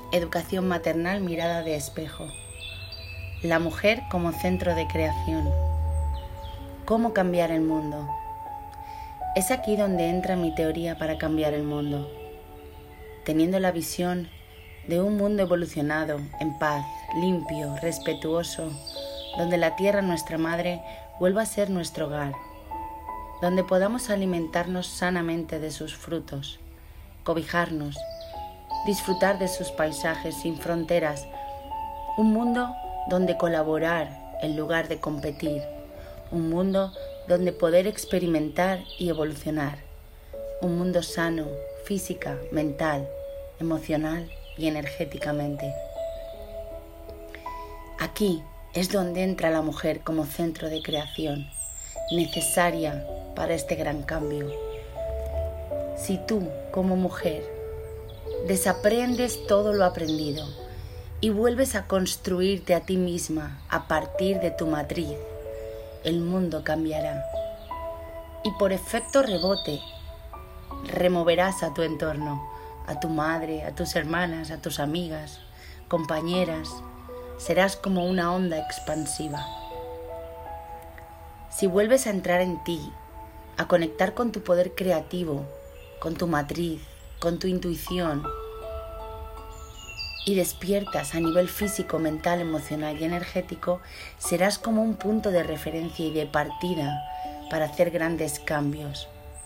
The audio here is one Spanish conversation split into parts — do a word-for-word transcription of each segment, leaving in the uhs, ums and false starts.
Educación maternal mirada de espejo. La mujer como centro de creación. ¿Cómo cambiar el mundo? Es aquí donde entra mi teoría para cambiar el mundo. Teniendo la visión de un mundo evolucionado, en paz, limpio, respetuoso, donde la tierra, nuestra madre, vuelva a ser nuestro hogar, donde podamos alimentarnos sanamente de sus frutos, cobijarnos, disfrutar de sus paisajes sin fronteras, un mundo donde colaborar en lugar de competir, un mundo donde poder experimentar y evolucionar, un mundo sano, física, mental, emocional y energéticamente. Aquí es donde entra la mujer como centro de creación, necesaria para este gran cambio. Si tú, como mujer, desaprendes todo lo aprendido y vuelves a construirte a ti misma a partir de tu matriz, el mundo cambiará. Y por efecto rebote, removerás a tu entorno, a tu madre, a tus hermanas, a tus amigas, compañeras. Serás como una onda expansiva. Si vuelves a entrar en ti, a conectar con tu poder creativo, con tu matriz, con tu intuición, y despiertas a nivel físico, mental, emocional y energético, serás como un punto de referencia y de partida para hacer grandes cambios.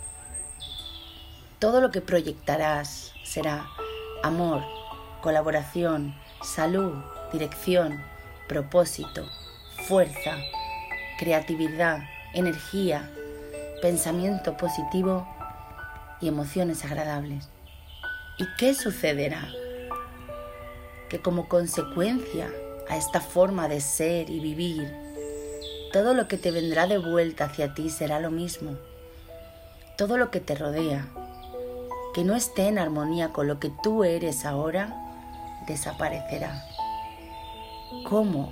Todo lo que proyectarás será amor, colaboración, salud, dirección, propósito, fuerza, creatividad, energía, pensamiento positivo y emociones agradables. ¿Y qué sucederá? Que como consecuencia a esta forma de ser y vivir, todo lo que te vendrá de vuelta hacia ti será lo mismo. Todo lo que te rodea, que no esté en armonía con lo que tú eres ahora, desaparecerá. ¿Cómo?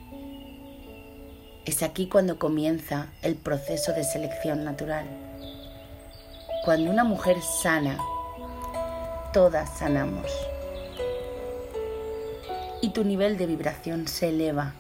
Es aquí cuando comienza el proceso de selección natural. Cuando una mujer sana, todas sanamos. Y tu nivel de vibración se eleva.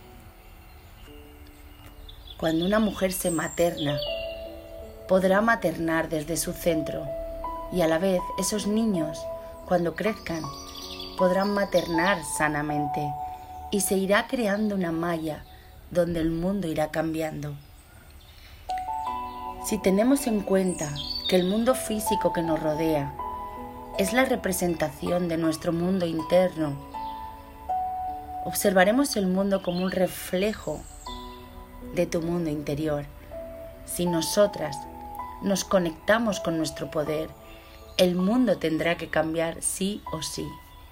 Cuando una mujer se materna, podrá maternar desde su centro y a la vez esos niños, cuando crezcan, podrán maternar sanamente y se irá creando una malla donde el mundo irá cambiando. Si tenemos en cuenta que el mundo físico que nos rodea es la representación de nuestro mundo interno, observaremos el mundo como un reflejo de tu mundo interior. Si nosotras nos conectamos con nuestro poder, el mundo tendrá que cambiar sí o sí.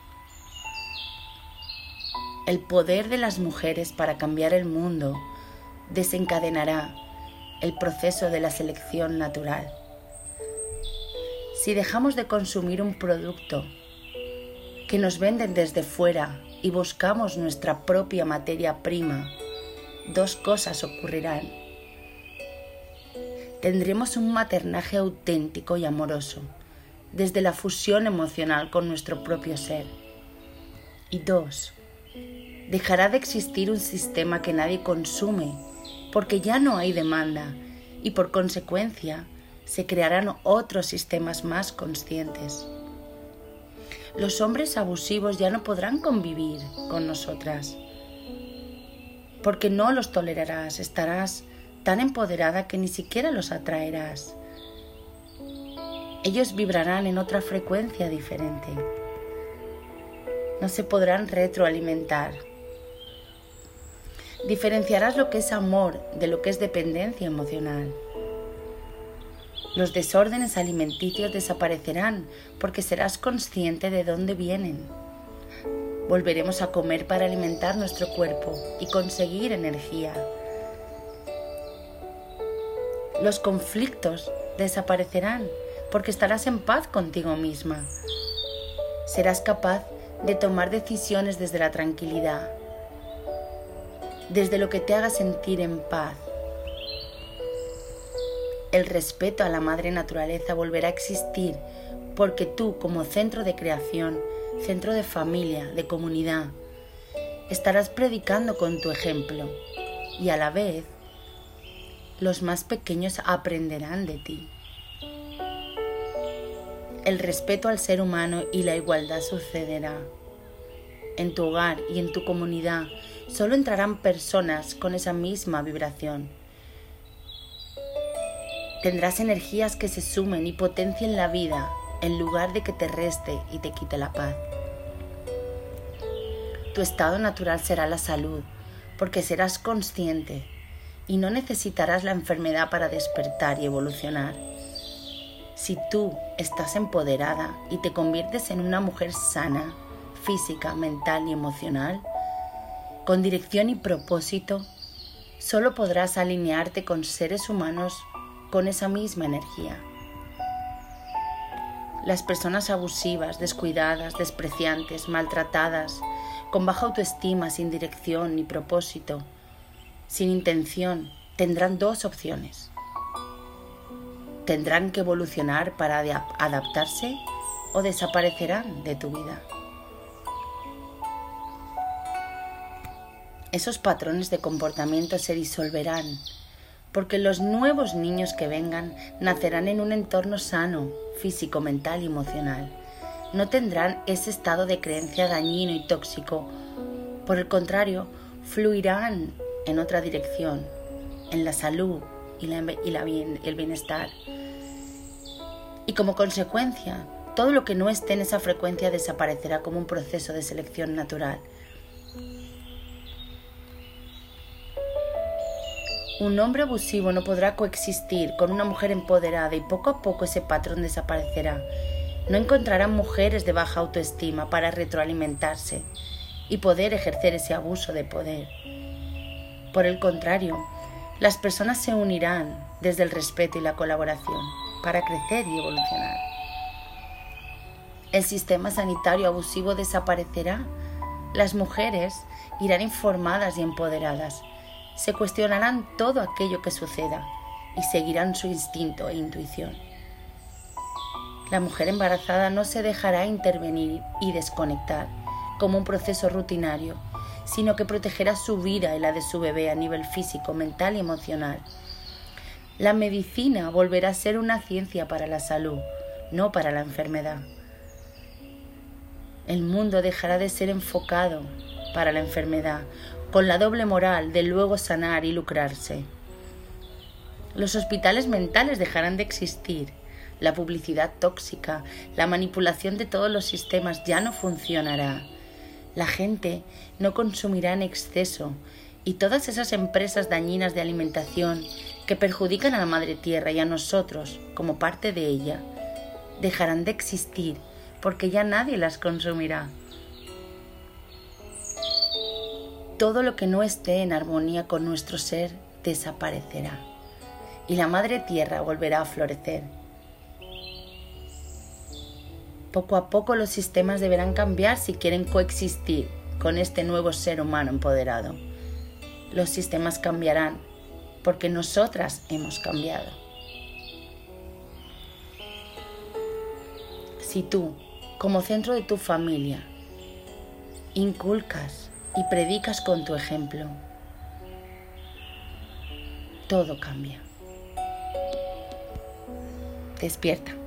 El poder de las mujeres para cambiar el mundo desencadenará el proceso de la selección natural. Si dejamos de consumir un producto que nos venden desde fuera y buscamos nuestra propia materia prima, dos cosas ocurrirán. Tendremos un maternaje auténtico y amoroso, desde la fusión emocional con nuestro propio ser. Y dos, dejará de existir un sistema que nadie consume, porque ya no hay demanda y por consecuencia se crearán otros sistemas más conscientes. Los hombres abusivos ya no podrán convivir con nosotras, porque no los tolerarás, estarás tan empoderada que ni siquiera los atraerás. Ellos vibrarán en otra frecuencia diferente. No se podrán retroalimentar. Diferenciarás lo que es amor de lo que es dependencia emocional. Los desórdenes alimenticios desaparecerán porque serás consciente de dónde vienen. Volveremos a comer para alimentar nuestro cuerpo y conseguir energía. Los conflictos desaparecerán porque estarás en paz contigo misma. Serás capaz de tomar decisiones desde la tranquilidad, desde lo que te haga sentir en paz. El respeto a la madre naturaleza volverá a existir porque tú, como centro de creación, centro de familia, de comunidad, estarás predicando con tu ejemplo y a la vez los más pequeños aprenderán de ti. El respeto al ser humano y la igualdad sucederá. En tu hogar y en tu comunidad solo entrarán personas con esa misma vibración. Tendrás energías que se sumen y potencien la vida en lugar de que te reste y te quite la paz. Tu estado natural será la salud, porque serás consciente y no necesitarás la enfermedad para despertar y evolucionar. Si tú estás empoderada y te conviertes en una mujer sana, física, mental y emocional, con dirección y propósito, solo podrás alinearte con seres humanos con esa misma energía. Las personas abusivas, descuidadas, despreciantes, maltratadas, con baja autoestima, sin dirección ni propósito, sin intención, tendrán dos opciones. Tendrán que evolucionar para adaptarse o desaparecerán de tu vida. Esos patrones de comportamiento se disolverán porque los nuevos niños que vengan nacerán en un entorno sano, físico, mental y emocional. No tendrán ese estado de creencia dañino y tóxico. Por el contrario, fluirán en otra dirección, en la salud y, la, y la bien, el bienestar. Y como consecuencia, todo lo que no esté en esa frecuencia desaparecerá como un proceso de selección natural. Un hombre abusivo no podrá coexistir con una mujer empoderada y poco a poco ese patrón desaparecerá. No encontrarán mujeres de baja autoestima para retroalimentarse y poder ejercer ese abuso de poder. Por el contrario, las personas se unirán desde el respeto y la colaboración para crecer y evolucionar. El sistema sanitario abusivo desaparecerá. Las mujeres irán informadas y empoderadas. Se cuestionarán todo aquello que suceda y seguirán su instinto e intuición. La mujer embarazada no se dejará intervenir y desconectar como un proceso rutinario, sino que protegerá su vida y la de su bebé a nivel físico, mental y emocional. La medicina volverá a ser una ciencia para la salud, no para la enfermedad. El mundo dejará de ser enfocado para la enfermedad, con la doble moral de luego sanar y lucrarse. Los hospitales mentales dejarán de existir. La publicidad tóxica, la manipulación de todos los sistemas ya no funcionará. La gente no consumirá en exceso y todas esas empresas dañinas de alimentación que perjudican a la madre tierra y a nosotros como parte de ella dejarán de existir porque ya nadie las consumirá. Todo lo que no esté en armonía con nuestro ser desaparecerá y la madre tierra volverá a florecer. Poco a poco los sistemas deberán cambiar si quieren coexistir con este nuevo ser humano empoderado. Los sistemas cambiarán porque nosotras hemos cambiado. Si tú, como centro de tu familia, inculcas y predicas con tu ejemplo, todo cambia. Despierta.